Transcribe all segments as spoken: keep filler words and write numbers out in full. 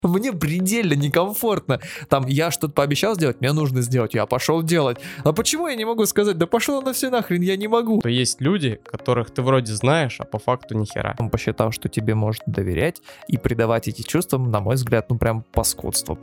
Мне предельно некомфортно. Там я что-то пообещал сделать, мне нужно сделать, я пошел делать. А почему я не могу сказать, да пошел на все нахрен, я не могу? То есть люди, которых ты вроде знаешь, а по факту ни хера. Он посчитал, что тебе можно доверять и придавать эти чувства, на мой взгляд, ну прям паскудству.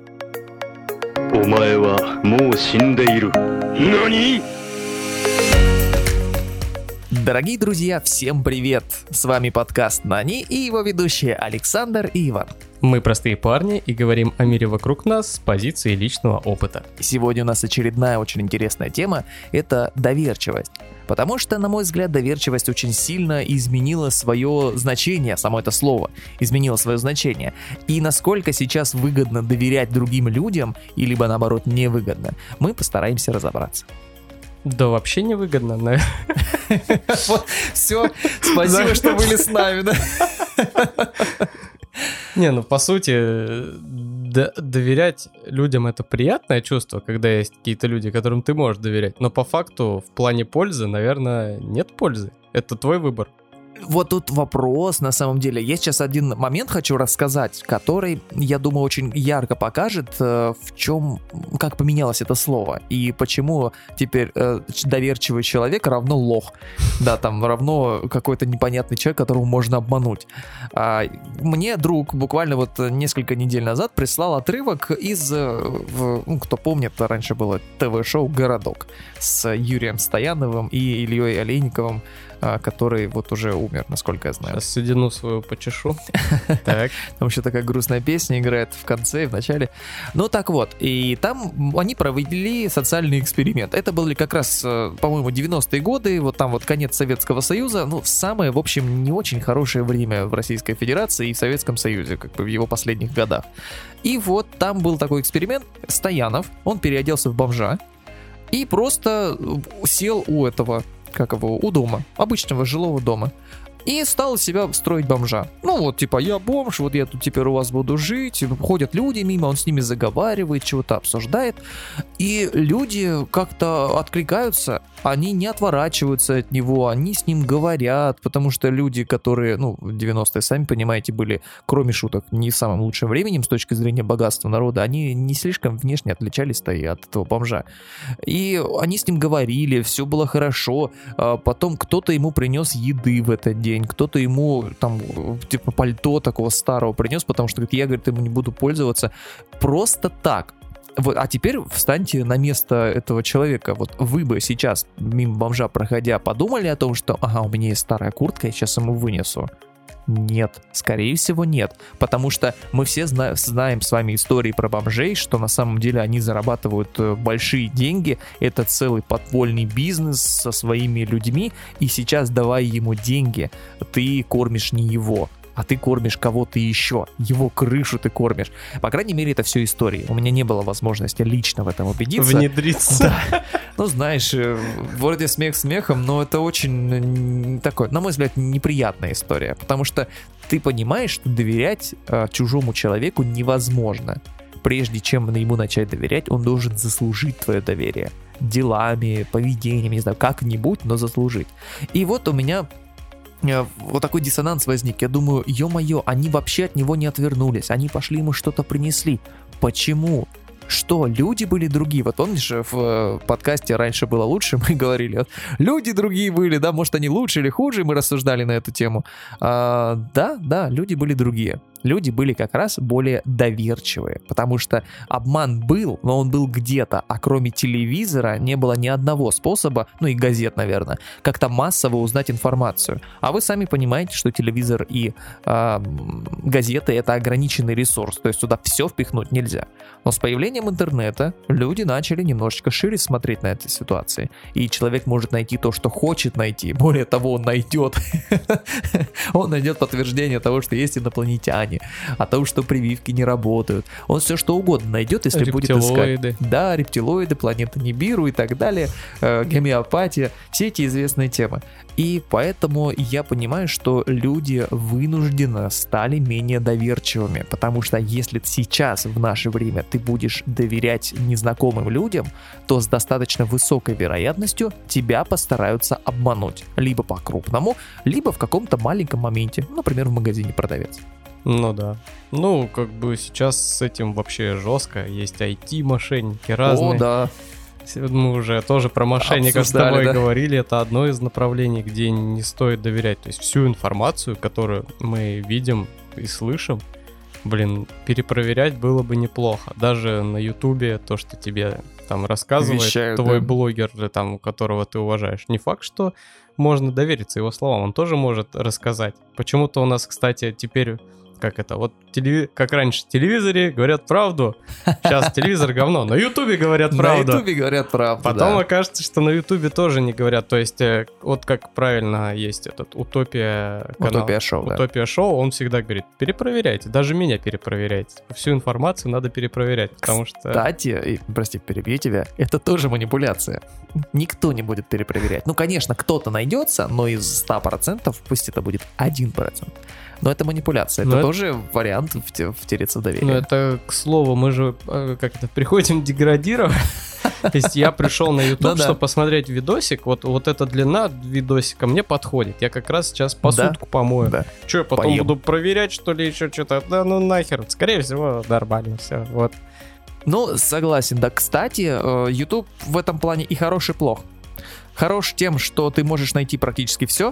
Дорогие друзья, всем привет! С вами подкаст Нани и его ведущие Александр и Иван. Мы простые парни и говорим о мире вокруг нас с позиции личного опыта. Сегодня у нас очередная очень интересная тема – это доверчивость. Потому что, на мой взгляд, доверчивость очень сильно изменила свое значение, само это слово, изменило свое значение. И насколько сейчас выгодно доверять другим людям, и либо наоборот невыгодно, мы постараемся разобраться. Да вообще невыгодно, но... Все, спасибо, что были с нами, да? Не, ну по сути, д- доверять людям это приятное чувство, когда есть какие-то люди, которым ты можешь доверять, но по факту в плане пользы, наверное, нет пользы. Это твой выбор. Вот тут вопрос, на самом деле. Я сейчас один момент хочу рассказать, который, я думаю, очень ярко покажет, в чем, как поменялось это слово, и почему теперь э, доверчивый человек равно лох, да, там равно какой-то непонятный человек, которого можно обмануть. А, мне друг буквально вот несколько недель назад прислал отрывок из, в, ну, кто помнит, раньше было ТВ-шоу «Городок» с Юрием Стояновым и Ильей Олейниковым, который вот уже умер, насколько я знаю. Сейчас седину свою почешу. Так. Там еще такая грустная песня играет в конце и в начале. Ну так вот, и там они провели социальный эксперимент. Это были как раз, по-моему, девяностые годы, вот там вот конец Советского Союза, ну самое, в общем, не очень хорошее время в Российской Федерации и в Советском Союзе, как бы в его последних годах. И вот там был такой эксперимент. Стоянов, он переоделся в бомжа и просто сел у этого, как его, у дома, обычного жилого дома, и стал из себя строить бомжа. Ну вот, типа, я бомж, вот я тут теперь у вас буду жить, ходят люди мимо, он с ними заговаривает, чего-то обсуждает, и люди как-то откликаются, они не отворачиваются от него, они с ним говорят, потому что люди, которые, ну, в девяностые, сами понимаете, были, кроме шуток, не самым лучшим временем с точки зрения богатства народа, они не слишком внешне отличались-то и от этого бомжа. И они с ним говорили, все было хорошо, а потом кто-то ему принес еды в этот день, кто-то ему там типа пальто такого старого принес, потому что, говорит, я, говорит, ему не буду пользоваться просто так. Вот, а теперь встаньте на место этого человека. Вот вы бы сейчас, мимо бомжа проходя, подумали о том, что ага, у меня есть старая куртка, я сейчас ему вынесу. Нет, скорее всего нет, потому что мы все зна- знаем с вами истории про бомжей, что на самом деле они зарабатывают большие деньги, это целый подпольный бизнес со своими людьми, и сейчас давай ему деньги, ты кормишь не его, а ты кормишь кого-то еще, его крышу ты кормишь. По крайней мере, это все истории. У меня не было возможности лично в этом убедиться. Внедриться. Да. Ну, знаешь, вроде смех смехом, но это очень такой, на мой взгляд, неприятная история, потому что ты понимаешь, что доверять э, чужому человеку невозможно. Прежде чем ему начать доверять, он должен заслужить твое доверие. Делами, поведением, не знаю, как-нибудь, но заслужить. И вот у меня вот такой диссонанс возник. Я думаю, ё-моё, они вообще от него не отвернулись. Они пошли ему что-то принесли. Почему? Что, люди были другие? Вот помнишь, в подкасте «Раньше было лучше» мы говорили, люди другие были, да, может они лучше или хуже, мы рассуждали на эту тему. А, да, да, люди были другие. Люди были как раз более доверчивые, потому что обман был, но он был где-то, а кроме телевизора не было ни одного способа, ну и газет, наверное, как-то массово узнать информацию. А вы сами понимаете, что телевизор и э, газеты — это ограниченный ресурс, то есть туда все впихнуть нельзя. Но с появлением интернета люди начали немножечко шире смотреть на этой ситуации, и человек может найти то, что хочет найти. Более того, он найдет, он найдет подтверждение того, что есть инопланетяне, о том, что прививки не работают. Он все что угодно найдет, если будет искать. Да, рептилоиды, планета Нибиру и так далее, э, гомеопатия, все эти известные темы. И поэтому я понимаю, что люди вынужденно стали менее доверчивыми, потому что если сейчас, в наше время, ты будешь доверять незнакомым людям, то с достаточно высокой вероятностью тебя постараются обмануть. Либо по-крупному, либо в каком-то маленьком моменте, например, в магазине продавец. Ну да. Ну, как бы сейчас с этим вообще жестко. Есть ай ти-мошенники разные. О, да. Мы уже тоже про мошенников Обсуждали, с тобой да. говорили. Это одно из направлений, где не стоит доверять. То есть всю информацию, которую мы видим и слышим, блин, перепроверять было бы неплохо. Даже на Ютубе то, что тебе там рассказывает Вещают, твой да. блогер, там, которого ты уважаешь. Не факт, что можно довериться его словам. Он тоже может рассказать. Почему-то у нас, кстати, теперь... Как это? Вот телеви... как раньше в телевизоре говорят правду, сейчас телевизор говно. На Ютубе говорят правду. На Ютубе говорят правду, Потом да. окажется, что на Ютубе тоже не говорят. То есть, э, вот как правильно есть этот Утопия канал. Утопия шоу, да. Утопия шоу, он всегда говорит, перепроверяйте, даже меня перепроверяйте. Всю информацию надо перепроверять, потому что... Кстати, и, прости, перебью тебя, это тоже манипуляция. Никто не будет перепроверять. Ну, конечно, кто-то найдется, но из ста процентов пусть это будет один процент. Но это манипуляция. Но это, это- тоже вариант вте- втереться в доверие. Ну, это, к слову, мы же э, как это, приходим деградировать. То есть я пришел на YouTube, Ну да. чтобы посмотреть видосик. Вот, вот эта длина видосика мне подходит. Я как раз сейчас посудку помою. Да. Че, я потом Поем. буду проверять, что ли, еще что-то? Да ну нахер. Скорее всего, нормально все. Вот. Ну, согласен, да. Кстати, э, YouTube в этом плане и хорош, и плох. Хорош тем, что ты можешь найти практически все.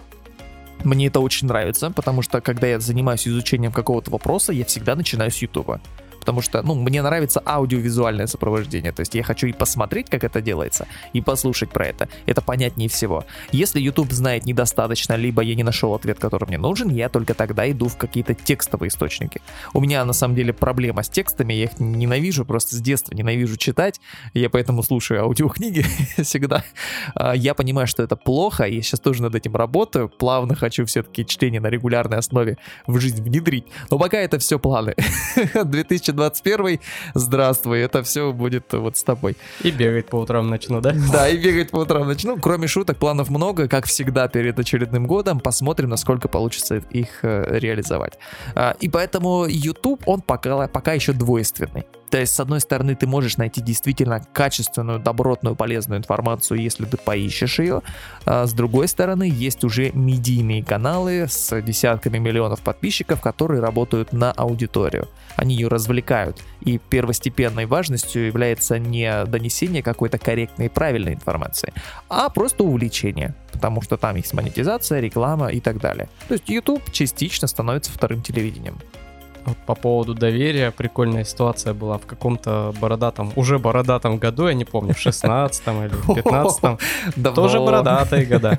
Мне это очень нравится, потому что когда я занимаюсь изучением какого-то вопроса, я всегда начинаю с YouTube. Потому что, ну, мне нравится аудиовизуальное сопровождение. То есть я хочу и посмотреть, как это делается, и послушать про это. Это понятнее всего. Если YouTube знает недостаточно, либо я не нашел ответ, который мне нужен, я только тогда иду в какие-то текстовые источники. У меня, на самом деле, проблема с текстами. Я их ненавижу, просто с детства ненавижу читать. Я поэтому слушаю аудиокниги всегда. А, Я понимаю, что это плохо. Я сейчас тоже над этим работаю. Плавно хочу все-таки чтение на регулярной основе в жизнь внедрить. Но пока это все планы. две тысячи двадцать первый, здравствуй, это все будет вот с тобой. И бегать по утрам начну, да? Да, и бегать по утрам начну. Кроме шуток, планов много, как всегда перед очередным годом. Посмотрим, насколько получится их э, реализовать. А, и поэтому YouTube, он пока, пока еще двойственный. То есть, с одной стороны, ты можешь найти действительно качественную, добротную, полезную информацию, если ты поищешь ее. А с другой стороны, есть уже медийные каналы с десятками миллионов подписчиков, которые работают на аудиторию. Они ее развлекают. И первостепенной важностью является не донесение какой-то корректной и правильной информации, а просто увлечение. Потому что там есть монетизация, реклама и так далее. То есть YouTube частично становится вторым телевидением. Вот по поводу доверия, прикольная ситуация была в каком-то бородатом, уже бородатом году, я не помню, в шестнадцатом или в пятнадцатом. Давно. Тоже бородатые года.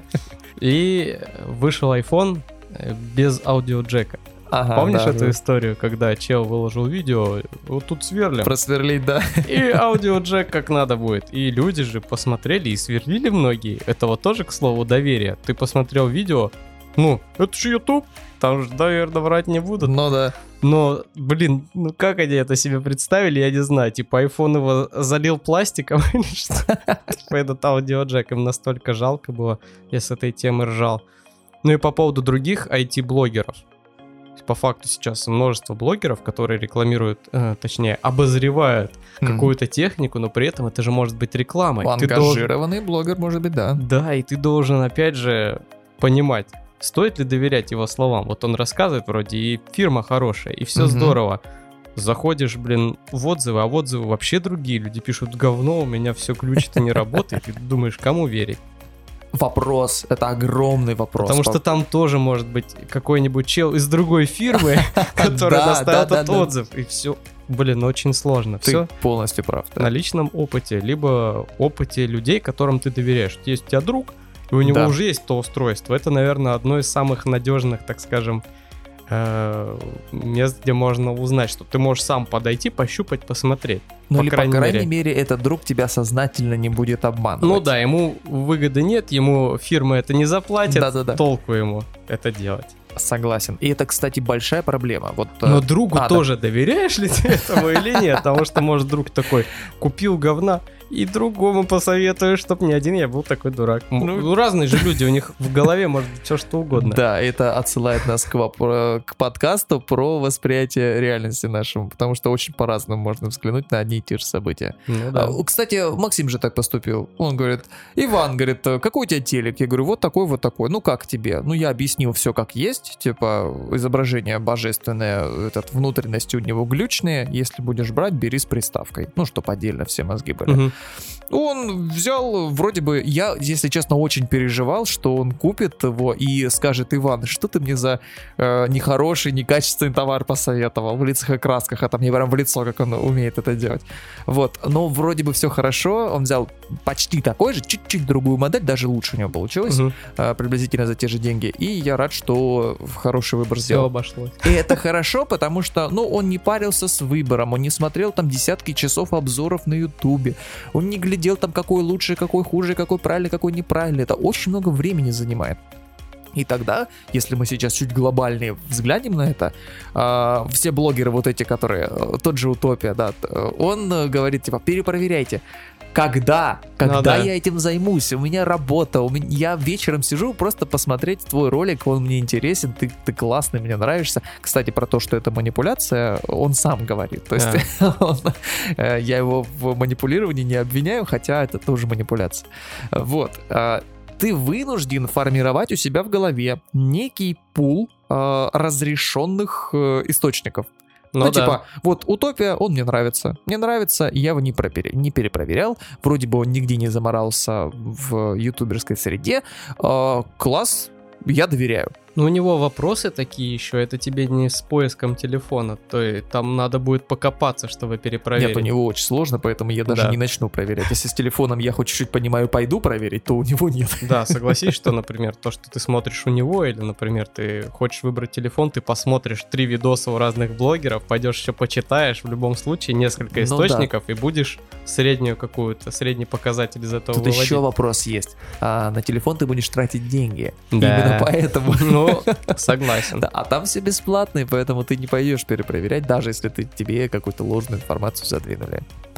И вышел iPhone э, без аудиоджека. Ага, Помнишь да, эту да. историю, когда чел выложил видео, вот тут сверлим, Просверлить, да. и аудиоджек как надо будет. И люди же посмотрели и сверлили многие. Это вот тоже, к слову, доверие. Ты посмотрел видео, ну, это же YouTube, там же, наверное, врать не будут. Ну да. Но, блин, ну как они это себе представили, я не знаю. Типа iPhone его залил пластиком или что? Типа этот аудиоджек, им настолько жалко было, я с этой темы ржал. Ну и по поводу других ай ти-блогеров. По факту сейчас множество блогеров, которые рекламируют, э, точнее, обозревают Мгм. какую-то технику, но при этом это же может быть рекламой. Ты должен- Ангажированный блогер, может быть, да. Да, и ты должен, опять же, понимать, стоит ли доверять его словам. Вот он рассказывает вроде, и фирма хорошая, и все Мгм. здорово. Заходишь, блин, в отзывы, а в отзывы вообще другие. Люди пишут, говно, у меня все ключ-то не работает. И ты думаешь, кому верить? Вопрос, это огромный вопрос. Потому что там тоже может быть какой-нибудь чел из другой фирмы, который Да, доставил да, да, этот да. отзыв. И все, блин, очень сложно. Ты Все полностью прав. да. на личном опыте, либо опыте людей, которым ты доверяешь. Есть у тебя друг, и у него Да. уже есть то устройство. Это, наверное, одно из самых надежных, так скажем, э, мест, где можно узнать, что ты можешь сам подойти, пощупать, посмотреть. Ну по или, крайней по крайней мере. мере, этот друг тебя сознательно не будет обманывать. Ну да, ему выгоды нет, ему фирма это не заплатит, Да-да-да. толку ему это делать. Согласен. И это, кстати, большая проблема. Вот, Но э, другу а, да. тоже доверяешь ли ты этому или нет? Потому что, может, друг такой купил говна, и другому посоветую, чтобы не один я был такой дурак. М, Ну, Ну, разные же люди, у них в голове может быть все что угодно. Да, это отсылает нас к, воп- к подкасту про восприятие реальности нашему, потому что очень по-разному можно взглянуть на одни и те же события. Ну да. А, Кстати, Максим же так поступил. Он говорит, Иван, говорит, какой у тебя телек? Я говорю, вот такой, вот такой. Ну как тебе? Ну я объяснил все как есть. есть, типа изображение божественное, этот, внутренности у него глючные, если будешь брать, бери с приставкой, ну, чтоб отдельно все мозги были. Угу. Он взял, вроде бы, я, если честно, очень переживал, что он купит его и скажет: Иван, что ты мне за э, нехороший, некачественный товар посоветовал в лицах и красках, а там мне прям в лицо, как он умеет это делать. Вот, но вроде бы все хорошо, он взял почти такой же, чуть-чуть другую модель, даже лучше у него получилось, угу. э, приблизительно за те же деньги, и я рад, что хороший выбор все сделал. Обошлось. И это хорошо, потому что, ну, он не парился с выбором, он не смотрел там десятки часов обзоров на Ютубе, он не глядел там, какой лучше, какой хуже, какой правильный, какой неправильный. Это очень много времени занимает. И тогда, если мы сейчас чуть глобальнее взглянем на это, э, все блогеры вот эти, которые, э, тот же Утопия, да, он э, говорит, типа, перепроверяйте. Когда? Когда ну, да. я этим займусь? У меня работа, у меня... я вечером сижу просто посмотреть твой ролик, он мне интересен, ты, ты классный, мне нравишься. Кстати, про то, что это манипуляция, он сам говорит. То есть yeah. он, я его в манипулировании не обвиняю, хотя это тоже манипуляция. Вот. Ты вынужден формировать у себя в голове некий пул разрешенных источников. Ну, ну да. Типа, вот Утопия, он мне нравится. Мне нравится, я его не, пропер... не перепроверял. Вроде бы он нигде не заморался в ютуберской среде. Э, класс, я доверяю. Но у него вопросы такие еще, это тебе не с поиском телефона, то есть там надо будет покопаться, чтобы перепроверить. Нет, у него очень сложно, поэтому я даже да. не начну проверять. Если с телефоном я хоть чуть-чуть понимаю, пойду проверить, то у него нет. Да, согласись, что, например, то, что ты смотришь у него, или, например, ты хочешь выбрать телефон, ты посмотришь три видоса у разных блогеров, пойдешь еще почитаешь, в любом случае несколько источников, ну, да. и будешь среднюю какую-то, средний показатель из этого Тут выводить. еще вопрос есть. А на телефон ты будешь тратить деньги. Да. Именно поэтому... Ну, согласен. Да, а там все бесплатно, поэтому ты не пойдешь перепроверять, даже если ты, тебе какую-то ложную информацию задвинули.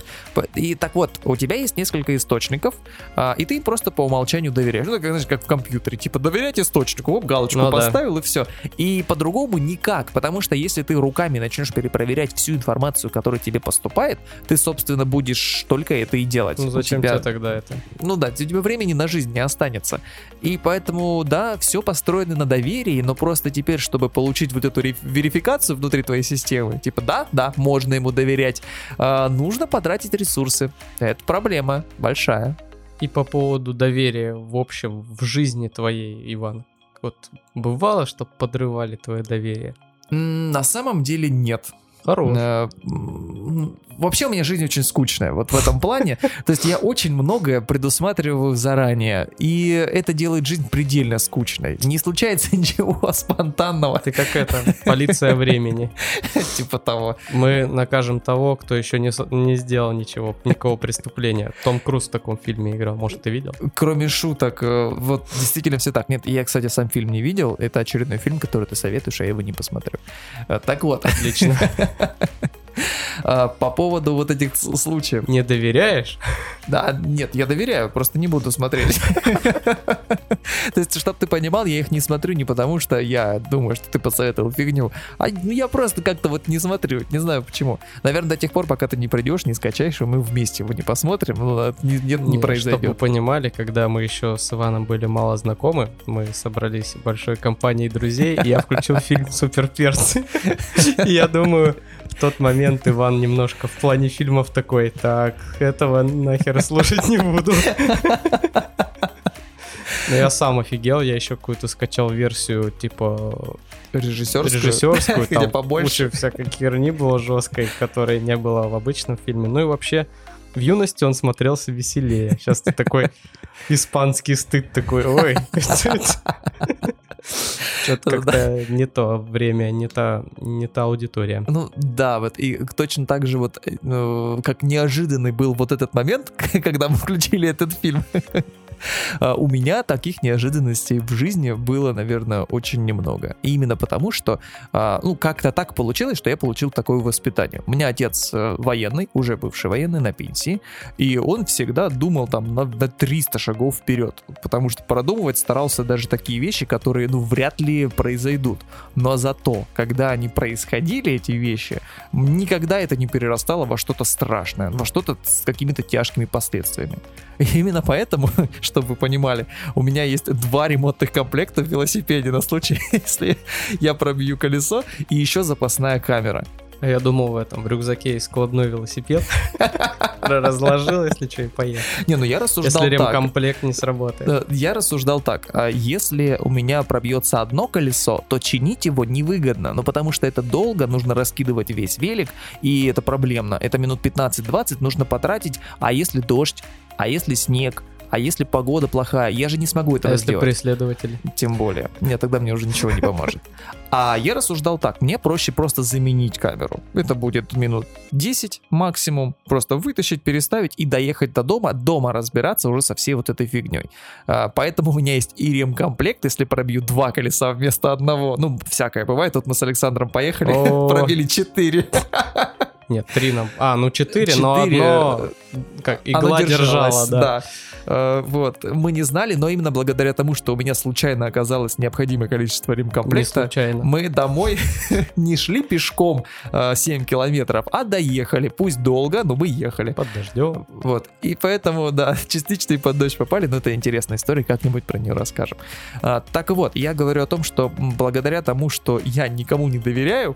И так вот, у тебя есть несколько источников, а, и ты им просто по умолчанию доверяешь. Ну, как, знаешь, как в компьютере, типа доверять источнику, оп, галочку ну, поставил да. и все. И по-другому никак, потому что если ты руками начнешь перепроверять всю информацию, которая тебе поступает, ты, собственно, будешь только это и делать. Ну, зачем тебя... тебе тогда это? Ну да, у тебя времени на жизнь не останется. И поэтому, да, все построено на доверии, но просто теперь, чтобы получить вот эту верификацию внутри твоей системы, типа, да, да, можно ему доверять, а, нужно потратить ресурсы. Это проблема большая. И по поводу доверия в общем в жизни твоей, Иван, вот бывало, что подрывали твое доверие? На самом деле нет. Хорош. Вообще у меня жизнь очень скучная, вот в этом плане. То есть я очень многое предусматриваю заранее, и это делает жизнь предельно скучной. Не случается ничего спонтанного. Ты как это, полиция времени. Типа того. Мы накажем того, кто еще не, не сделал ничего, никакого преступления. Том Круз в таком фильме играл, может, ты видел? Кроме шуток, вот действительно все так. Нет, я, кстати, сам фильм не видел. Это очередной фильм, который ты советуешь, а я его не посмотрю. Так вот. Отлично. По поводу вот этих случаев. Не доверяешь? Да, нет, я доверяю, просто не буду смотреть. То есть, чтобы ты понимал, я их не смотрю не потому, что я думаю, что ты посоветовал фигню, а я просто как-то вот не смотрю, не знаю почему. Наверное, до тех пор, пока ты не придешь, не скачаешь, и мы вместе его не посмотрим, ну, не, не, не произойдет. Чтобы вы понимали, когда мы еще с Иваном были мало знакомы, мы собрались большой компанией друзей, и я включил фильм «Суперперцы». И я думаю, в тот момент Иван немножко в плане фильмов такой: так, этого нахер слушать не буду. Но я сам офигел, я еще какую-то скачал версию типа режиссерскую, режиссерскую там побольше куча всякой херни было жесткой, которой не было в обычном фильме. Ну и вообще в юности он смотрелся веселее. Сейчас ты такой испанский стыд такой, ой. Что-то как-то не то время, не та, не та аудитория. Ну да, вот и точно так же вот, ну, как неожиданный был вот этот момент, когда мы включили этот фильм. У меня таких неожиданностей в жизни было, наверное, очень немного. И именно потому, что, ну, как-то так получилось, что я получил такое воспитание. У меня отец военный, уже бывший военный, на пенсии, и он всегда думал там на, на триста шагов вперед, потому что продумывать старался даже такие вещи, которые, ну, вряд ли произойдут. Но зато, когда они происходили, эти вещи, никогда это не перерастало во что-то страшное, во что-то с какими-то тяжкими последствиями. И именно поэтому, чтобы вы понимали, у меня есть два ремонтных комплекта в велосипеде на случай, если я пробью колесо, и еще запасная камера. А я думал, в этом в рюкзаке есть складной велосипед. Разложил, если что, и поехал. Не, ну я рассуждал так. Если так. ремкомплект не сработает. Я рассуждал так. Если у меня пробьется одно колесо, то чинить его невыгодно. Ну, потому что это долго, нужно раскидывать весь велик, и это проблемно. Это минут пятнадцать-двадцать нужно потратить. А если дождь? А если снег? А если погода плохая? Я же не смогу этого а если сделать. преследователи? Тем более. Нет, тогда мне уже ничего не поможет. А я рассуждал так. Мне проще просто заменить камеру. Это будет минут десять максимум. Просто вытащить, переставить и доехать до дома. Дома разбираться уже со всей вот этой фигней. А, поэтому у меня есть и ремкомплект, если пробью два колеса вместо одного. Ну, всякое бывает. Тут мы с Александром поехали, пробили четыре. Нет, три нам. А, ну четыре, но одно как игла держала, да. да. Uh, вот, мы не знали, но именно благодаря тому, что у меня случайно оказалось необходимое количество ремкомплекта, мы домой не шли пешком uh, семь километров, а доехали, пусть долго, но мы ехали. Под дождем. Вот, и поэтому, да, частично и под дождь попали, но это интересная история, как-нибудь про нее расскажем. Uh, так вот, я говорю о том, что благодаря тому, что я никому не доверяю,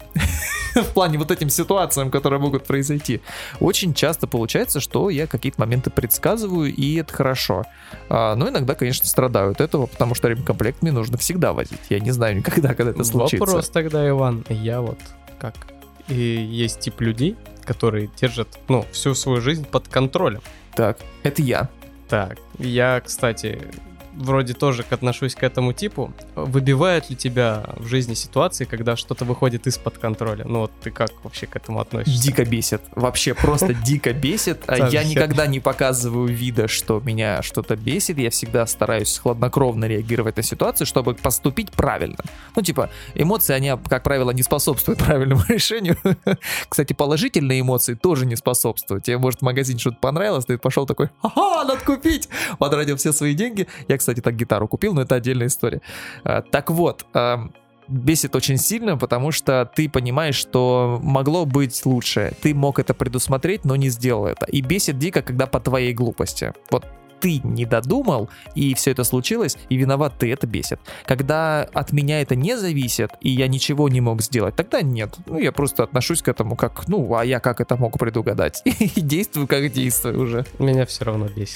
в плане вот этим ситуациям, которые могут произойти, очень часто получается, что я какие-то моменты предсказываю, и это хорошо. А, но иногда, конечно, страдаю от этого, потому что ремкомплект мне нужно всегда возить. Я не знаю никогда, когда это случится. Вопрос тогда, Иван. Я вот как... И есть тип людей, которые держат, ну, всю свою жизнь под контролем. Так, это я. Так, я, кстати... вроде тоже отношусь к этому типу. Выбивают ли тебя в жизни ситуации, когда что-то выходит из-под контроля? Ну вот ты как вообще к этому относишься? Дико бесит. Вообще просто дико бесит. Я никогда не показываю вида, что меня что-то бесит. Я всегда стараюсь хладнокровно реагировать на ситуацию, чтобы поступить правильно. Ну типа, эмоции, они, как правило, не способствуют правильному решению. Кстати, положительные эмоции тоже не способствуют. Тебе, может, в магазине что-то понравилось, ты пошел такой: ага, надо купить! Потратил все свои деньги. Я, кстати, так гитару купил, но это отдельная история. А, так вот, а, бесит очень сильно, потому что ты понимаешь, что могло быть лучше. Ты мог это предусмотреть, но не сделал это. И бесит дико, когда по твоей глупости. Вот ты не додумал, и все это случилось, и виноват ты, это бесит. Когда от меня это не зависит, и я ничего не мог сделать, тогда нет. Ну, я просто отношусь к этому как, ну, а я как это мог предугадать? И действую, как действую уже. Меня все равно бесит.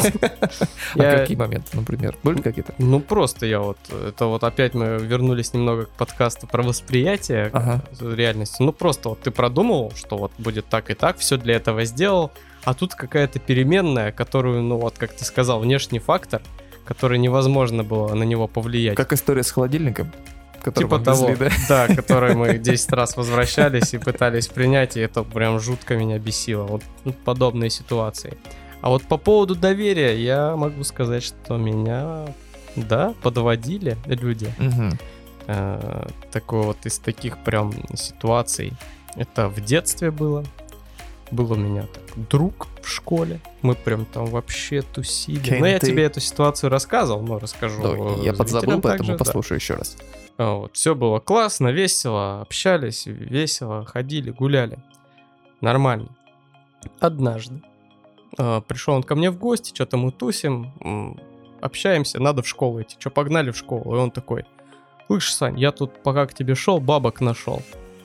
А какие моменты, например? Были какие-то? Ну, просто я вот, это вот опять мы вернулись немного к подкасту про восприятие реальности. Ну, просто вот ты продумал, что вот будет так и так, все для этого сделал, а тут какая-то переменная, которую, ну вот, как ты сказал, внешний фактор, который невозможно было на него повлиять. Как история с холодильником, который типа того, везли, да? Да, который мы десять раз возвращались и пытались принять, и это прям жутко меня бесило. Вот подобные ситуации. А вот по поводу доверия я могу сказать, что меня, да, подводили люди. Угу. Э, такой вот из таких прям ситуаций. Это в детстве было. Был у меня так, друг в школе, мы прям там вообще тусили. Ну, я тебе эту ситуацию рассказывал, но расскажу. Да, я подзабыл, поэтому послушаю да. еще раз. Вот, все было классно, весело, общались, весело, ходили, гуляли. Нормально. Однажды э, пришел он ко мне в гости, что-то мы тусим, м, общаемся, надо в школу идти. Что, погнали в школу? И он такой: слышь, Сань, я тут пока к тебе шел, бабок нашел.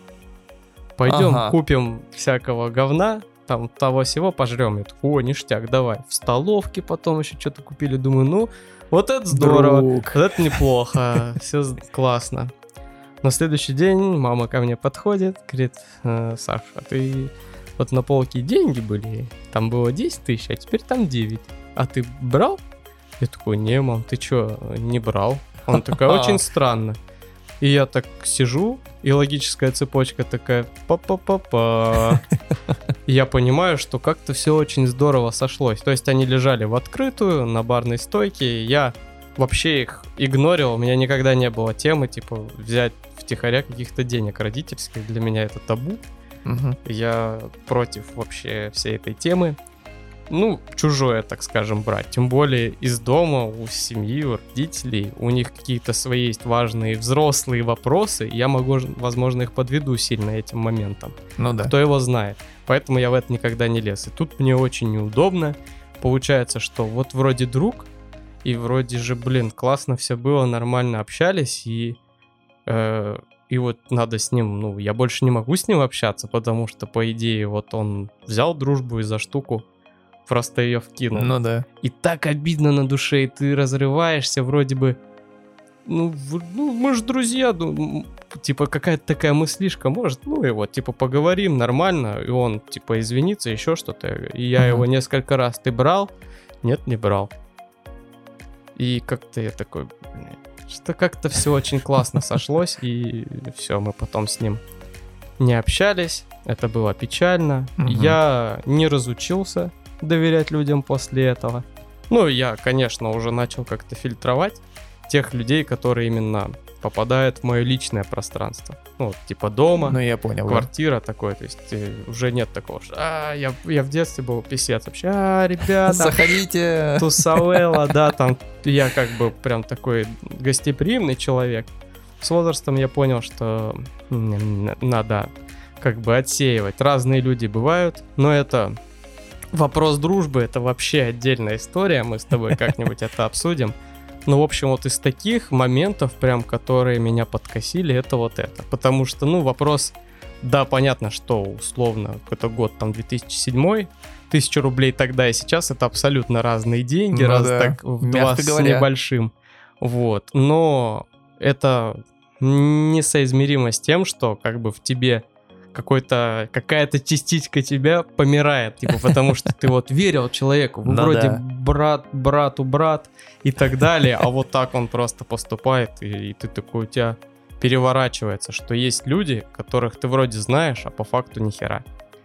Пойдем ага. купим всякого говна, там того-сего пожрем. Я такой: о, ништяк, давай. В столовке потом еще что-то купили. Думаю, ну, вот это здорово, Друг. вот это неплохо, все классно. На следующий день мама ко мне подходит, говорит: э, Саша, а ты вот на полке деньги были, там было десять тысяч, а теперь там девять. А ты брал? Я такой: не, мам, ты что, не брал? Он такой: очень странно. И я так сижу, и логическая цепочка такая: па-па-па-па. И я понимаю, что как-то все очень здорово сошлось. То есть они лежали в открытую, на барной стойке, я вообще их игнорил, у меня никогда не было темы, типа, взять втихаря каких-то денег родительских, для меня это табу. Угу. Я против вообще всей этой темы. Ну, чужое, так скажем, брать. Тем более из дома, у семьи, у родителей, у них какие-то свои есть важные взрослые вопросы. Я могу, возможно, их подведу сильно этим моментом. Ну да. Кто его знает. Поэтому я в это никогда не лез. И тут мне очень неудобно. Получается, что вот вроде друг, и вроде же, блин, классно все было, нормально общались, и, э, и вот надо с ним, ну, я больше не могу с ним общаться, потому что, по идее, вот он взял дружбу и за штуку просто ее вкинул. Ну да. И так обидно на душе, и ты разрываешься вроде бы, ну, в, ну мы же друзья, ну, типа какая-то такая мыслишка, может, ну и вот, типа поговорим нормально, и он, типа, извинится, еще что-то. И я uh-huh. его несколько раз, ты брал? Нет, не брал. И как-то я такой, что как-то все очень классно сошлось, и все, мы потом с ним не общались, это было печально. Uh-huh. Я не разучился доверять людям после этого. Ну, я, конечно, уже начал как-то фильтровать тех людей, которые именно попадают в мое личное пространство. Ну, вот, типа дома, ну, я понял, квартира, да. Такое. То есть уже нет такого, что а, я, я в детстве был писец вообще, а, ребята, заходите, тусовела, да, там я как бы прям такой гостеприимный человек. С возрастом я понял, что надо как бы отсеивать. Разные люди бывают, но это вопрос дружбы, это вообще отдельная история, мы с тобой как-нибудь это обсудим. Ну, в общем, вот из таких моментов, прям, которые меня подкосили, это вот это. Потому что, ну, вопрос, да, понятно, что условно, какой-то год, там, две тысячи седьмой, тысяча рублей тогда и сейчас, это абсолютно разные деньги, ну, раз да. так в два с небольшим. Вот, но это несоизмеримо с тем, что как бы в тебе какой-то, какая-то частичка тебя помирает, типа, потому что ты вот верил человеку, вы ну вроде да. брат, брату брат и так далее, а вот так он просто поступает, и, и ты такой, у тебя переворачивается, что есть люди, которых ты вроде знаешь, а по факту ни хера.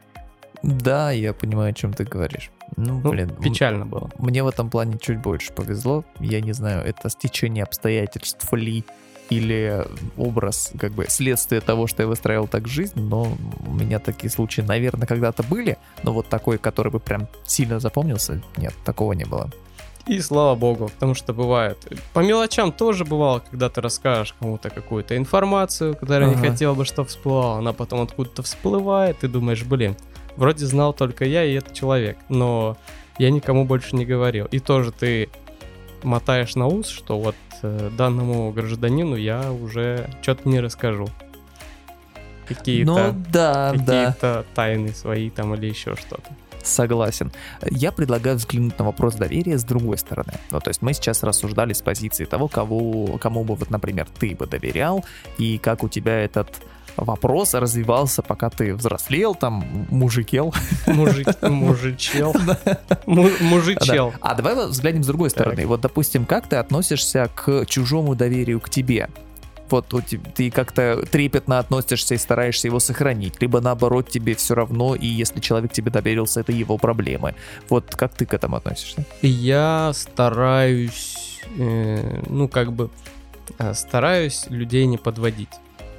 Да, я понимаю, о чем ты говоришь. Ну, ну блин. Печально было. Мне в этом плане чуть больше повезло, я не знаю, это стечение обстоятельств ли, или образ, как бы, следствие того, что я выстраивал так жизнь, но у меня такие случаи, наверное, когда-то были, но вот такой, который бы прям сильно запомнился, нет, такого не было. И слава богу, потому что бывает. По мелочам тоже бывало, когда ты расскажешь кому-то какую-то информацию, которая ага. не хотел бы, чтобы всплывала, она потом откуда-то всплывает, ты думаешь, блин, вроде знал только я и этот человек, но я никому больше не говорил. И тоже ты мотаешь на ус, что вот э, данному гражданину я уже что-то не расскажу. Какие-то, ну, да, какие-то да. тайны свои там или еще что-то. Согласен. Я предлагаю взглянуть на вопрос доверия с другой стороны. Ну, то есть мы сейчас рассуждали с позиции того, кого, кому бы, вот, например, ты бы доверял, и как у тебя этот вопрос развивался, пока ты взрослел, там, мужикел. Мужичел. Мужичел. А давай взглянем с другой стороны. Вот, допустим, как ты относишься к чужому доверию к тебе? Вот ты как-то трепетно относишься и стараешься его сохранить, либо наоборот тебе все равно, и если человек тебе доверился, это его проблемы. Вот как ты к этому относишься? Я стараюсь, э, ну как бы, стараюсь людей не подводить.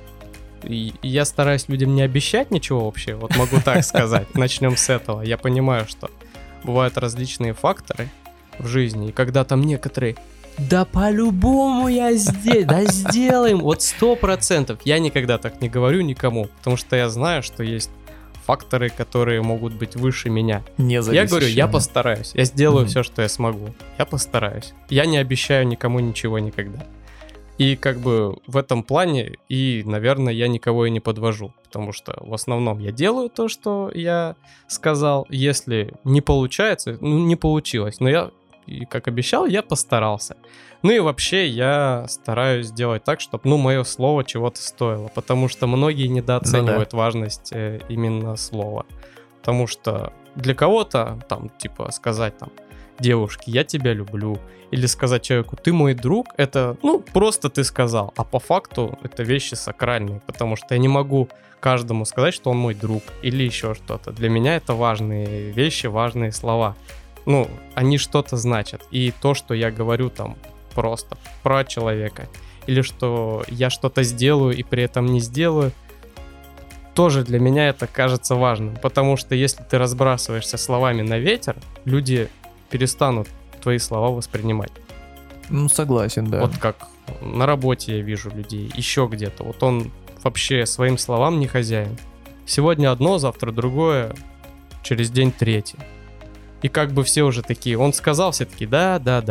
И я стараюсь людям не обещать ничего вообще, вот могу так сказать. Начнем с этого. Я понимаю, что бывают различные факторы в жизни, и когда там некоторые... Да по-любому я здесь, да сделаем, вот сто процентов. Я никогда так не говорю никому, потому что я знаю, что есть факторы, которые могут быть выше меня. Я говорю, я постараюсь, я сделаю mm-hmm. все, что я смогу. Я постараюсь. Я не обещаю никому ничего никогда. И как бы в этом плане, и, наверное, я никого и не подвожу, потому что в основном я делаю то, что я сказал. Если не получается, ну не получилось, но я... И как обещал, я постарался. Ну и вообще я стараюсь сделать так, чтобы, ну, мое слово чего-то стоило. Потому что многие недооценивают ну, да. важность э, именно слова. Потому что для кого-то, там, типа, сказать, там, девушке, я тебя люблю. Или сказать человеку, ты мой друг, это, ну, просто ты сказал. А по факту это вещи сакральные. Потому что я не могу каждому сказать, что он мой друг. Или еще что-то. Для меня это важные вещи, важные слова. Ну, они что-то значат. И то, что я говорю там просто про человека, или что я что-то сделаю и при этом не сделаю, тоже для меня это кажется важным. Потому что если ты разбрасываешься словами на ветер, люди перестанут твои слова воспринимать. Ну, согласен, да. Вот как на работе я вижу людей, еще где-то. Вот он вообще своим словам не хозяин. Сегодня одно, завтра другое, через день третье. И как бы все уже такие, он сказал, все такие, да, да, да.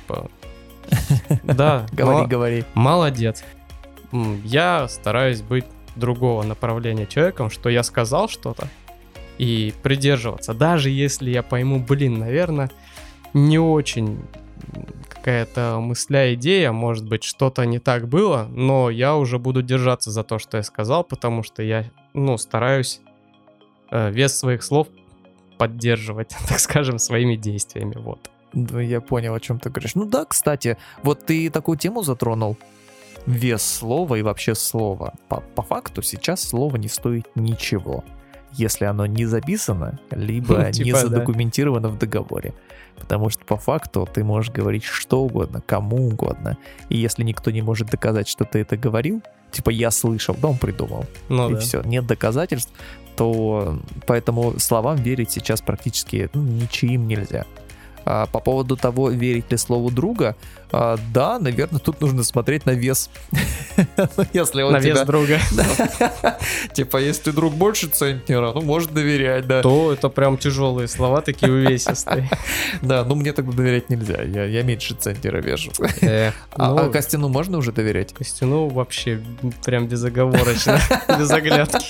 типа... Да. Говори, говори. Молодец. Я стараюсь быть другого направления человеком, что я сказал что-то, и придерживаться. Даже если я пойму, блин, наверное, не очень какая-то мысля, идея, может быть, что-то не так было, но я уже буду держаться за то, что я сказал, потому что я, ну, стараюсь э, вес своих слов поддерживать, так скажем, своими действиями, вот. Да, я понял, о чем ты говоришь. Ну да, кстати, вот ты такую тему затронул. Вес слова и вообще слова. По, по факту сейчас слово не стоит ничего, если оно не записано, либо Типа, не да. задокументировано в договоре. Потому что по факту ты можешь говорить что угодно, кому угодно. И если никто не может доказать, что ты это говорил, типа я слышал, да, он придумал, Ну и да. все, нет доказательств, то поэтому словам верить сейчас практически ну, ничьим нельзя. А по поводу того, верить ли слову друга, а, да, наверное, тут нужно смотреть на вес. Если он На вес тебя... друга. Типа, если ты друг больше центнера, ну, может доверять, да. То это прям тяжелые слова, такие увесистые. Да, ну мне тогда доверять нельзя, я, я меньше центнера вешу. Эх, А, ну, а Костяну можно уже доверять? Костяну вообще прям безоговорочно, без оглядки.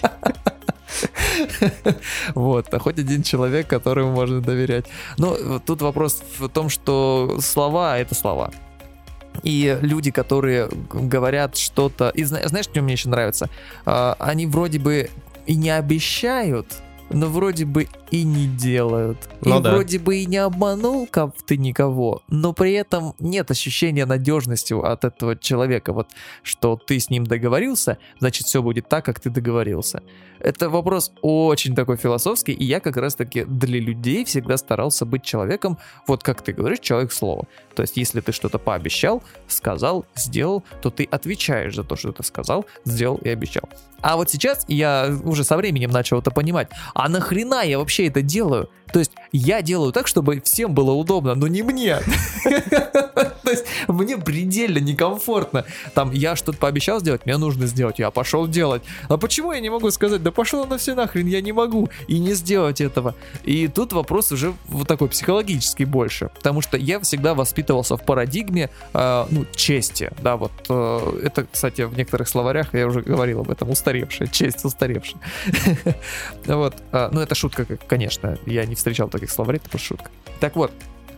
Вот, а хоть один человек, которому можно доверять. Но тут вопрос в том, что слова — это слова. И люди, которые говорят что-то... И зна- знаешь, что мне еще нравится? А, они вроде бы и не обещают, но вроде бы и не делают. Ну и да. вроде бы и не обманул ка- ты никого, но при этом нет ощущения надежности от этого человека. Вот что ты с ним договорился, значит, все будет так, как ты договорился. Это вопрос очень такой философский, и я как раз-таки для людей всегда старался быть человеком, вот как ты говоришь, человек слова. То есть, если ты что-то пообещал, сказал, сделал, то ты отвечаешь за то, что ты сказал, сделал и обещал. А вот сейчас я уже со временем начал это понимать. А нахрена я вообще это делаю? То есть я делаю так, чтобы всем было удобно, но не мне. То есть мне предельно некомфортно. Там я что-то пообещал сделать, мне нужно сделать, я пошел делать. А почему я не могу сказать, да пошел на все нахрен, я не могу и не сделать этого? И тут вопрос уже вот такой психологический больше, потому что я всегда воспитывался в парадигме э, ну, чести, да, вот э, это, кстати, в некоторых словарях я уже говорил об этом, устаревшая, честь устаревшая. Вот, ну это шутка, конечно, я не встречал таких словарей, это просто шутка. Так вот,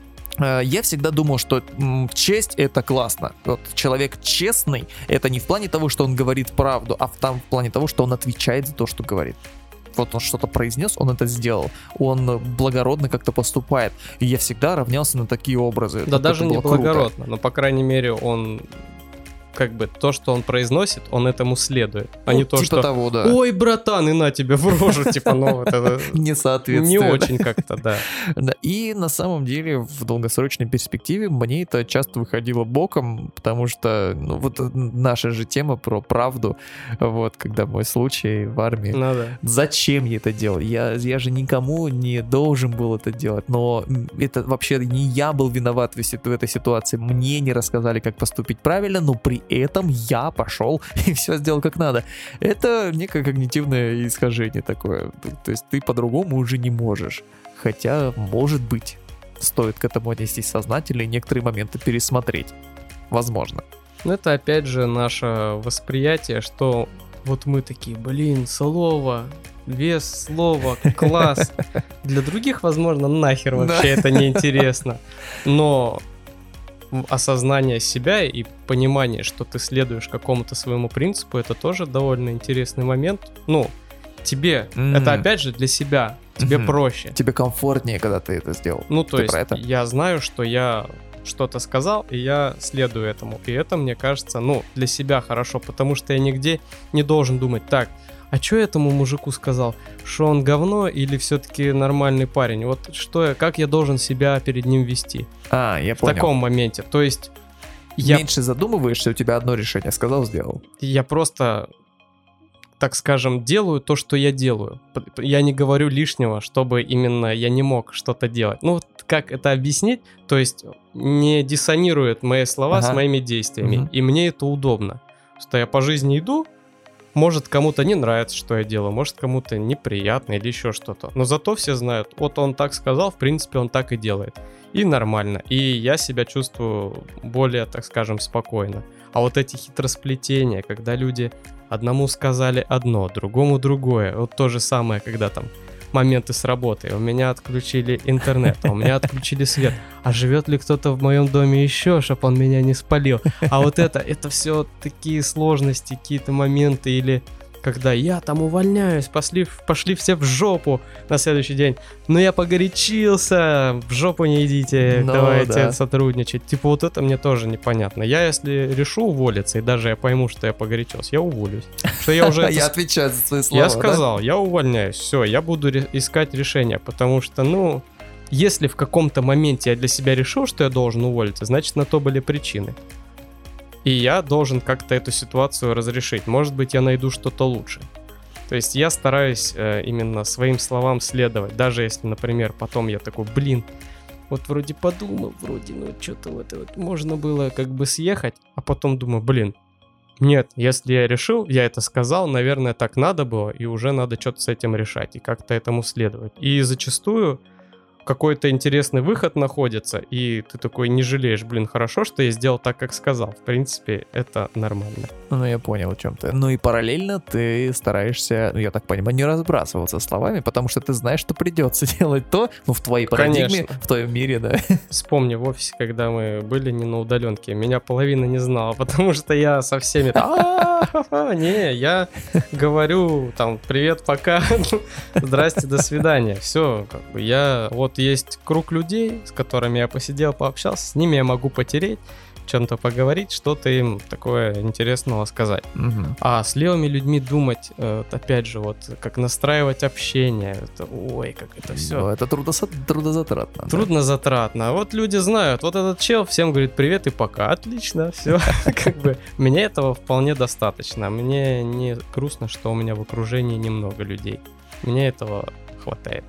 я всегда думал, что м, честь — это классно. Вот человек честный — это не в плане того, что он говорит правду, а в, там, в плане того, что он отвечает за то, что говорит. Вот он что-то произнес, он это сделал. Он благородно как-то поступает. И я всегда равнялся на такие образы. Да Вот даже это не было круто. благородно, но, по крайней мере, он... как бы то, что он произносит, он этому следует. А Ну, не то, типа что того, да. «Ой, братан, и на тебе в рожу», типа, ну, вот это Несоответствие. не очень как-то, да. Да, и на самом деле в долгосрочной перспективе мне это часто выходило боком, потому что ну, вот наша же тема про правду, вот, когда мой случай в армии. Ну да. Зачем я это делал? Я, я же никому не должен был это делать, но это вообще не я был виноват в, в этой ситуации, мне не рассказали, как поступить правильно, но при этом я пошел и все сделал как надо. Это некое когнитивное искажение такое, то есть ты по-другому уже не можешь. Хотя, может быть, стоит к этому отнестись сознательно и некоторые моменты пересмотреть. Возможно. Ну, это опять же наше восприятие, что вот мы такие, блин, слово, вес слова, класс. Для других, возможно, нахер вообще это неинтересно. Но осознание себя и понимание, что ты следуешь какому-то своему принципу, это тоже довольно интересный момент. Ну, тебе, Mm. это опять же для себя, тебе Мгм. проще. Тебе комфортнее, когда ты это сделал. Ну, то Ты есть про это? я знаю, что я что-то сказал, и я следую этому. И это, мне кажется, ну, для себя хорошо, потому что я нигде не должен думать, так, а что я этому мужику сказал? Что он говно или все-таки нормальный парень? Вот что я, как я должен себя перед ним вести? А, я В понял. таком моменте. То есть я, Меньше задумываешься, у тебя одно решение. Сказал, сделал. я просто, так скажем, делаю то, что я делаю. Я не говорю лишнего, чтобы именно я не мог что-то делать. Ну, вот как это объяснить? То есть не диссонируют мои слова Ага. с моими действиями. Мгм. И мне это удобно. Что я по жизни иду, Может, кому-то не нравится, что я делаю, может, кому-то неприятно или еще что-то. Но зато все знают, вот он так сказал, в принципе, он так и делает. И нормально. И я себя чувствую более, так скажем, спокойно. А вот эти хитросплетения, когда люди одному сказали одно, другому другое, вот то же самое, когда там моменты с работой, у меня отключили интернет, у меня отключили свет, а живет ли кто-то в моем доме еще, чтобы он меня не спалил, а вот это, это все такие сложности, какие-то моменты, или когда я там увольняюсь, пошли, пошли все в жопу на следующий день, но я погорячился, в жопу не идите, ну, давайте да. сотрудничать, типа вот это мне тоже непонятно. Я если решу уволиться, и даже я пойму, что я погорячился, я уволюсь. Что я уже... Я отвечаю за свои слова. Я сказал, я увольняюсь, все, я буду искать решение, потому что, ну, если в каком-то моменте я для себя решил, что я должен уволиться, значит, на то были причины. И я должен как-то эту ситуацию разрешить. Может быть, я найду что-то лучше. То есть я стараюсь э, именно своим словам следовать. Даже если, например, потом я такой, блин, вот вроде подумал, вроде, ну, что-то вот, вот можно было как бы съехать, а потом думаю, блин, нет, если я решил, я это сказал, наверное, так надо было, и уже надо что-то с этим решать и как-то этому следовать. И зачастую какой-то интересный выход находится, и ты такой не жалеешь, блин, хорошо, что я сделал так, как сказал. В принципе, это нормально. Ну, я понял, о чем ты. Ну и параллельно ты стараешься, ну, я так понимаю, не разбрасываться словами, потому что ты знаешь, что придется делать то, ну, в твоей парадигме, Конечно. в твоем мире, да. Вспомни в офисе, когда мы были не на удаленке, меня половина не знала, потому что я со всеми... Не, я говорю, там, привет, пока, здрасте, до свидания. Все, как бы я... Вот есть круг людей, с которыми я посидел, пообщался, с ними я могу потереть, чем-то поговорить, что-то им такое интересного сказать. Угу. А с левыми людьми думать, э, опять же, вот как настраивать общение, это, ой, как это все. Ну, это трудосо- трудозатратно. Трудно затратно. А вот люди знают, вот этот чел всем говорит привет и пока. Отлично, все. Как бы мне этого вполне достаточно. Мне не грустно, что у меня в окружении немного людей. Мне этого хватает.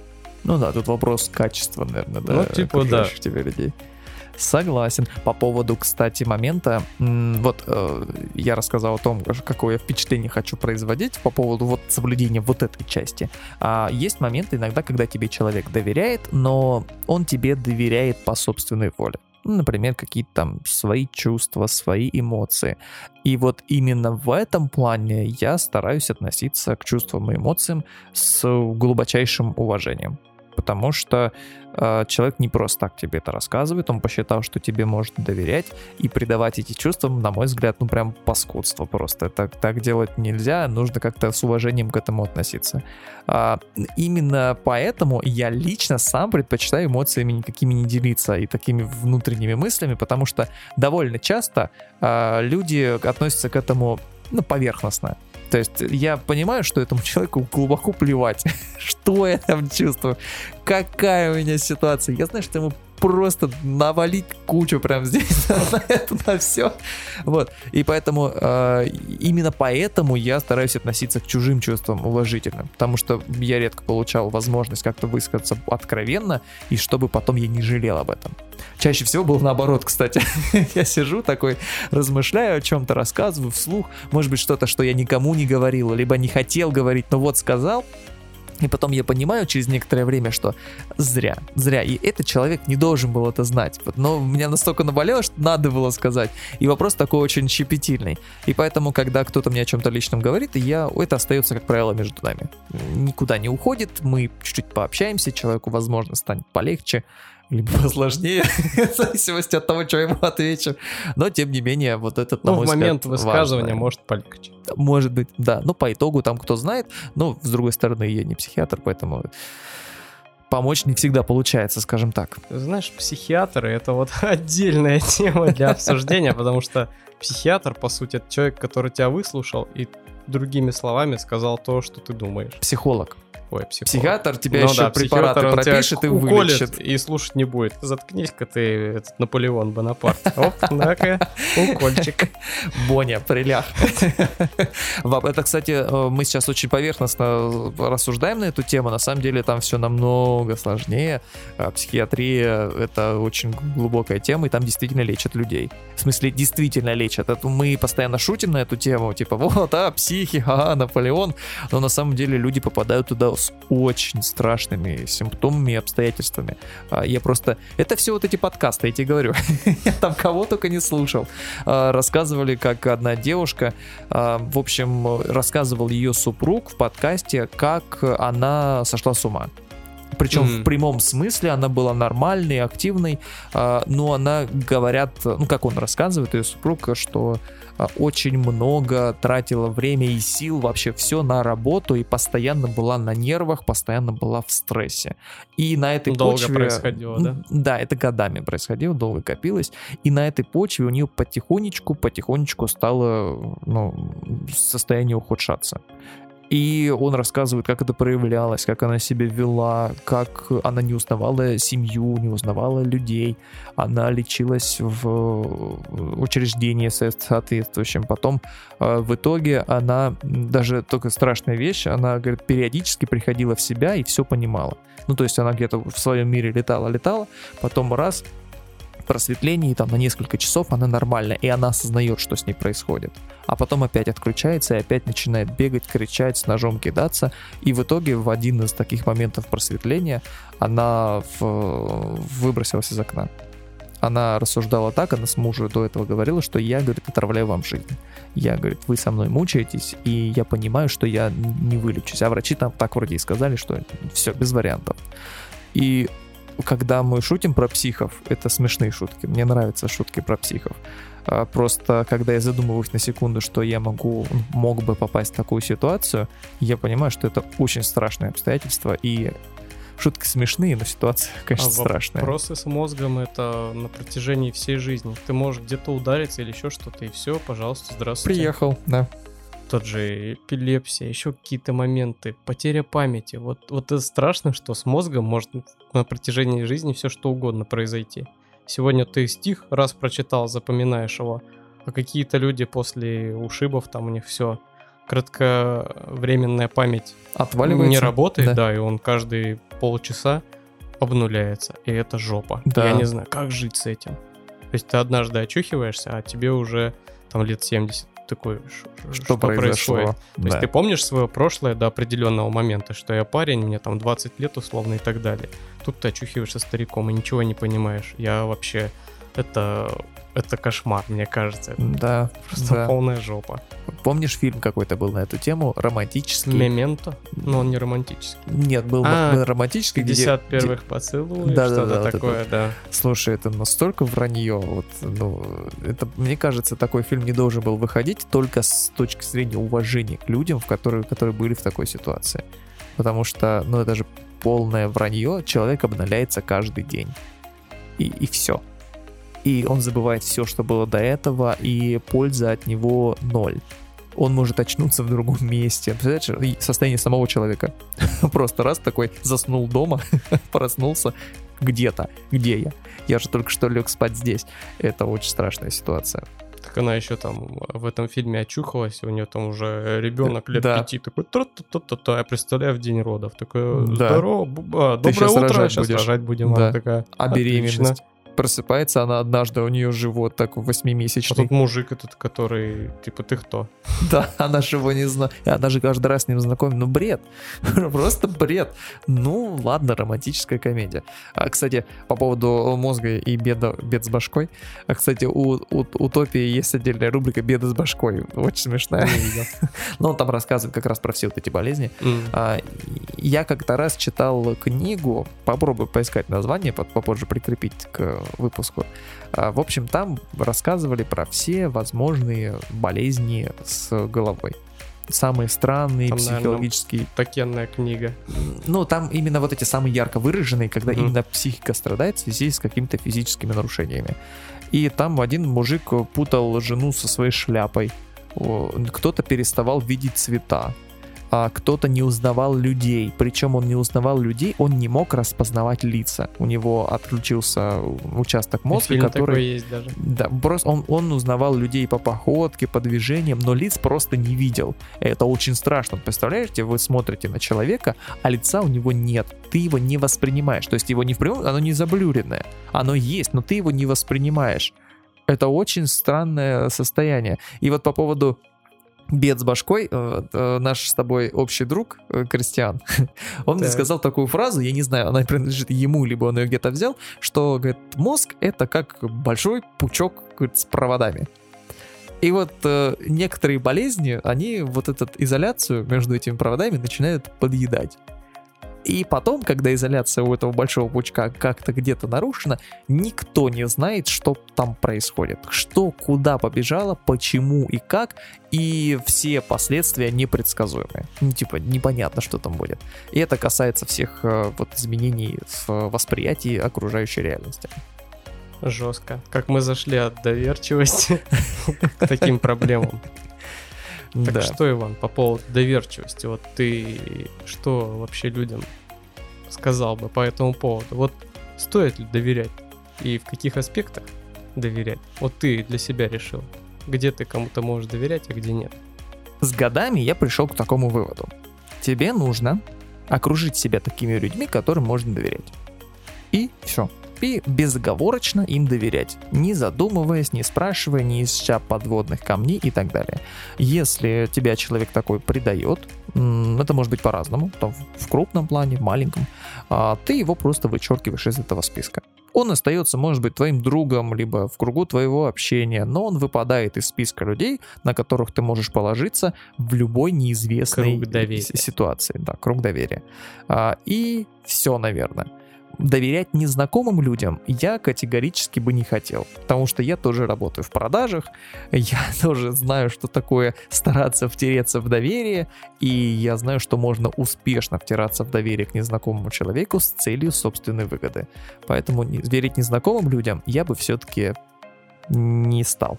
Ну да, тут вопрос качества, наверное, да. Ну, типа, да. Тебе людей. Согласен. По поводу, кстати, момента, вот э, я рассказал о том, какое я впечатление хочу производить по поводу вот соблюдения вот этой части. А есть моменты иногда, когда тебе человек доверяет, но он тебе доверяет по собственной воле. Ну, например, какие-то там свои чувства, свои эмоции. И вот именно в этом плане я стараюсь относиться к чувствам и эмоциям с глубочайшим уважением. Потому что э, человек не просто так тебе это рассказывает, он посчитал, что тебе может доверять, и придавать эти чувства, на мой взгляд, ну прям паскудство просто. Так, так делать нельзя, нужно как-то с уважением к этому относиться. А, именно поэтому я лично сам предпочитаю эмоциями никакими не делиться и такими внутренними мыслями, потому что довольно часто э, люди относятся к этому, ну, поверхностно. То есть я понимаю, что этому человеку глубоко плевать, что я там чувствую, какая у меня ситуация. Я знаю, что ему просто навалить кучу прям здесь на это, на все. Вот. И поэтому, э, именно поэтому я стараюсь относиться к чужим чувствам уважительно, потому что я редко получал возможность как-то высказаться откровенно, и чтобы потом я не жалел об этом. Чаще всего было наоборот, кстати. Я сижу такой, размышляю о чем-то, рассказываю вслух, может быть, что-то, что я никому не говорил, либо не хотел говорить, но вот сказал. И потом я понимаю через некоторое время, что зря, зря. И этот человек не должен был это знать. Но меня настолько наболело, что надо было сказать. И вопрос такой очень щепетильный. И поэтому, когда кто-то мне о чем-то личном говорит, я, это остается, как правило, между нами. Никуда не уходит, мы чуть-чуть пообщаемся, человеку, возможно, станет полегче, либо посложнее, в зависимости от того, что я ему отвечу. Но, тем не менее, вот этот, на ну, мой в момент взгляд, высказывания важно. Может полегче. Может быть, да. Ну, по итогу, там кто знает. Но, с другой стороны, я не психиатр, поэтому помочь не всегда получается, скажем так. Знаешь, психиатры — это вот отдельная тема для обсуждения, потому что психиатр, по сути, это человек, который тебя выслушал и другими словами сказал то, что ты думаешь. Психолог. Ой, психолог. Психиатр тебя ну, еще да, препараты пропишет и вылечит. И слушать не будет. Заткнись-ка ты, этот Наполеон Бонапарт. Оп, на-ка, укольчик. Боня, прилях. Это, кстати, мы сейчас очень поверхностно рассуждаем на эту тему. На самом деле там все намного сложнее. Психиатрия — это очень глубокая тема, и там действительно лечат людей. В смысле, действительно лечат. Это мы постоянно шутим на эту тему, типа, вот, а, психи, ага, Наполеон. Но на самом деле люди попадают туда с очень страшными симптомами и обстоятельствами. Я просто... Это все вот эти подкасты, я тебе говорю. Я там кого только не слушал. Рассказывали, как одна девушка, в общем, рассказывал ее супруг в подкасте, как она сошла с ума. Причем mm-hmm. в прямом смысле она была нормальной, активной, но она, говорят, ну как он рассказывает, ее супруг, что очень много тратила время и сил, вообще все на работу, и постоянно была на нервах, постоянно была в стрессе. И на этой долго почве... происходило, да? Да, это годами происходило, долго копилось, и на этой почве у нее потихонечку, потихонечку стало, ну, состояние ухудшаться. И он рассказывает, как это проявлялось, как она себя вела, как она не узнавала семью, не узнавала людей. Она лечилась в учреждении соответствующем. Потом в итоге она, даже только страшная вещь, она, говорит, периодически приходила в себя и все понимала. Ну, то есть она где-то в своем мире летала-летала, потом раз... просветлении, там на несколько часов она нормальная, и она осознает, что с ней происходит. А потом опять отключается и опять начинает бегать, кричать, с ножом кидаться. И в итоге в один из таких моментов просветления она в... выбросилась из окна. Она рассуждала так, она с мужем до этого говорила, что я, говорит, отравляю вам жизнь. Я, говорит, вы со мной мучаетесь, и я понимаю, что я не вылечусь. А врачи там так вроде и сказали, что все, без вариантов. И когда мы шутим про психов, это смешные шутки. Мне нравятся шутки про психов. Просто когда я задумываюсь на секунду, что я могу, мог бы попасть в такую ситуацию, я понимаю, что это очень страшное обстоятельство, и шутки смешные, но ситуация, конечно, а страшная. Вопросы с мозгом — это на протяжении всей жизни. Ты можешь где-то удариться или еще что-то, и все, пожалуйста, здравствуйте. Приехал, да. Тот же эпилепсия, еще какие-то моменты, потеря памяти. Вот, вот это страшно, что с мозгом может на протяжении жизни все что угодно произойти. Сегодня ты стих раз прочитал, запоминаешь его, а какие-то люди после ушибов, там у них все, кратковременная память отваливается, не работает, да. да, и он каждые полчаса обнуляется, и это жопа. Да. Я не знаю, как жить с этим. То есть ты однажды очухиваешься, а тебе уже там лет семьдесят. Такой, что, что происходит. То да. есть ты помнишь свое прошлое до определенного момента, что я парень, мне там двадцать лет условно и так далее. Тут ты очухиваешься стариком и ничего не понимаешь. Я вообще... Это... Это кошмар, мне кажется. Да. Просто да. полная жопа. Помнишь, фильм какой-то был на эту тему? Романтический. «Мементо»? Но он не романтический. Нет, был а, романтический. пятьдесят где... первых поцелуев, да, что-то да, да, такое, вот это. да. Слушай, это настолько вранье. Вот, ну, это, мне кажется, такой фильм не должен был выходить только с точки зрения уважения к людям, в которые, которые были в такой ситуации. Потому что, ну, это же полное вранье. Человек обновляется каждый день. И, и все. И он забывает все, что было до этого, и польза от него ноль. Он может очнуться в другом месте. Представляешь, состояние самого человека. Просто раз такой заснул дома, проснулся где-то. Где я? Я же только что лег спать здесь. Это очень страшная ситуация. Так она еще там в этом фильме очухалась, у нее там уже ребенок лет да. пяти, такой тра-та-та-та-та, я представляю, в день родов. Такой, да. здорово, а, доброе утро, рожать сейчас будешь. рожать будем. Да. Она такая, а беременность? Просыпается она однажды, у нее живот так восьмимесячный. А тут мужик этот, который, типа, ты кто? Да, она же его не знает. Она же каждый раз с ним знакомит. Ну, бред. Просто бред. Ну, ладно, романтическая комедия. А, кстати, по поводу мозга и беда, бед с башкой. А, кстати, у, у Утопии есть отдельная рубрика «Беды с башкой». Очень смешная. Но он там рассказывает как раз про все вот эти болезни. А, я как-то раз читал книгу, попробую поискать название, попозже прикрепить к выпуску. В общем, там рассказывали про все возможные болезни с головой. Самые странные, там, психологические. Наверное, такенная книга. Ну, там именно вот эти самые ярко выраженные, когда mm-hmm. именно психика страдает в связи с какими-то физическими нарушениями. И там один мужик путал жену со своей шляпой. Кто-то переставал видеть цвета. а, кто-то не узнавал людей. Причем он не узнавал людей, он не мог распознавать лица. У него отключился участок мозга, который... Такой есть даже. Да, просто он, он узнавал людей по походке, по движениям, но лиц просто не видел. Это очень страшно. Представляете, вы смотрите на человека, а лица у него нет. Ты его не воспринимаешь. То есть его не в прямом, оно не заблюренное. Оно есть, но ты его не воспринимаешь. Это очень странное состояние. И вот по поводу бед с башкой, э, э, наш с тобой общий друг, э, Кристиан, он так. мне сказал такую фразу, я не знаю, она принадлежит ему, либо он ее где-то взял, что, говорит, мозг — это как большой пучок, говорит, с проводами. И вот э, некоторые болезни, они вот эту изоляцию между этими проводами начинают подъедать. И потом, когда изоляция у этого большого пучка как-то где-то нарушена, никто не знает, что там происходит. Что, куда побежало, почему и как. И все последствия непредсказуемые. Ну, типа, непонятно, что там будет. И это касается всех э, вот изменений в восприятии окружающей реальности. Жестко. Как мы зашли от доверчивости к таким проблемам. Так да. Что, Иван, по поводу доверчивости, вот ты что вообще людям сказал бы по этому поводу? Вот стоит ли доверять и в каких аспектах доверять? Вот ты для себя решил, где ты кому-то можешь доверять, а где нет. С годами я пришел к такому выводу. Тебе нужно окружить себя такими людьми, которым можно доверять. И все. И безоговорочно им доверять, не задумываясь, не спрашивая, не ища подводных камней и так далее. Если тебя человек такой предает, это может быть по-разному, там в крупном плане, в маленьком, ты его просто вычеркиваешь из этого списка. Он остается, может быть, твоим другом, либо в кругу твоего общения, но он выпадает из списка людей, на которых ты можешь положиться в любой неизвестной ситуации. Да, круг доверия. И все, наверное. Доверять незнакомым людям я категорически бы не хотел, потому что я тоже работаю в продажах, я тоже знаю, что такое стараться втереться в доверие, и я знаю, что можно успешно втираться в доверие к незнакомому человеку с целью собственной выгоды. Поэтому верить незнакомым людям я бы все-таки не стал.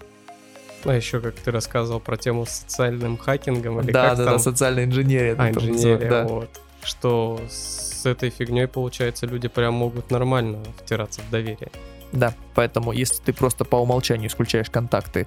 А еще, как ты рассказывал про тему с социальным хакингом, или да, как да, там? да, социальная инженерия. А, инженерия, да. Вот. Что с этой фигней, получается, люди прям могут нормально втираться в доверие. Да, поэтому если ты просто по умолчанию исключаешь контакты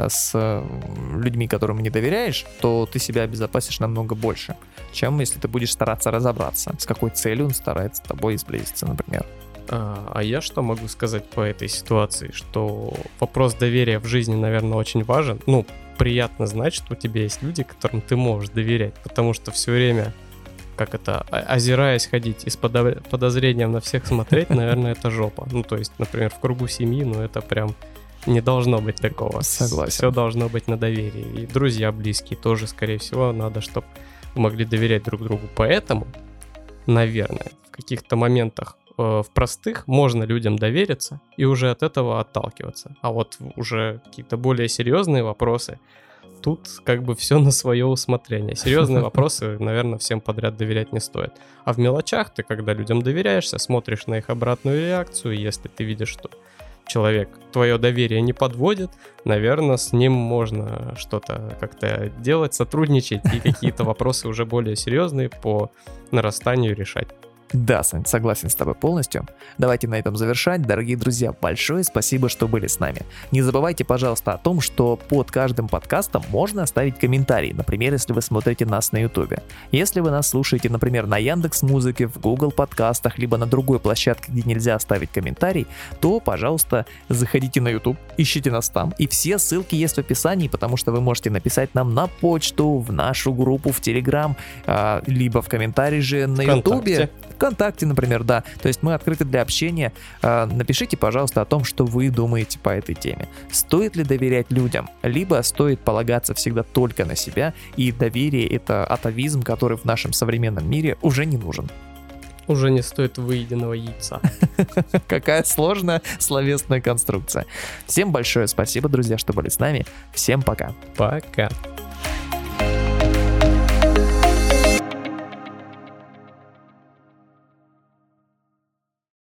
с людьми, которым не доверяешь, то ты себя обезопасишь намного больше, чем если ты будешь стараться разобраться, с какой целью он старается с тобой сблизиться, например. А, а я что могу сказать по этой ситуации? Что вопрос доверия в жизни, наверное, очень важен. Ну, приятно знать, что у тебя есть люди, которым ты можешь доверять, потому что все время... как это, озираясь ходить и с подозрением на всех смотреть, наверное, это жопа. Ну, то есть, например, в кругу семьи, ну, это прям не должно быть такого. Согласен. Все должно быть на доверии. И друзья близкие тоже, скорее всего, надо, чтобы могли доверять друг другу. Поэтому, наверное, в каких-то моментах, э, в простых, можно людям довериться и уже от этого отталкиваться. А вот уже какие-то более серьезные вопросы, тут как бы все на свое усмотрение. Серьезные вопросы, наверное, всем подряд доверять не стоит. А в мелочах ты, когда людям доверяешься, смотришь на их обратную реакцию, если ты видишь, что человек твое доверие не подводит, наверное, с ним можно что-то как-то делать, сотрудничать и какие-то вопросы уже более серьезные по нарастанию решать. Да, Сань, согласен с тобой полностью. Давайте на этом завершать. Дорогие друзья, большое спасибо, что были с нами. Не забывайте, пожалуйста, о том, что под каждым подкастом можно оставить комментарий, например, если вы смотрите нас на Ютубе. Если вы нас слушаете, например, на Яндекс.Музыке, в Google подкастах, либо на другой площадке, где нельзя оставить комментарий, то, пожалуйста, заходите на YouTube, ищите нас там, и все ссылки есть в описании, потому что вы можете написать нам на почту, в нашу группу, в Telegram, либо в комментарии же на Ютубе. ВКонтакте, например, да. То есть мы открыты для общения. Напишите, пожалуйста, о том, что вы думаете по этой теме. Стоит ли доверять людям? Либо стоит полагаться всегда только на себя, и доверие — это атовизм, который в нашем современном мире уже не нужен. Уже не стоит выеденного яйца. Какая сложная словесная конструкция. Всем большое спасибо, друзья, что были с нами. Всем пока. Пока.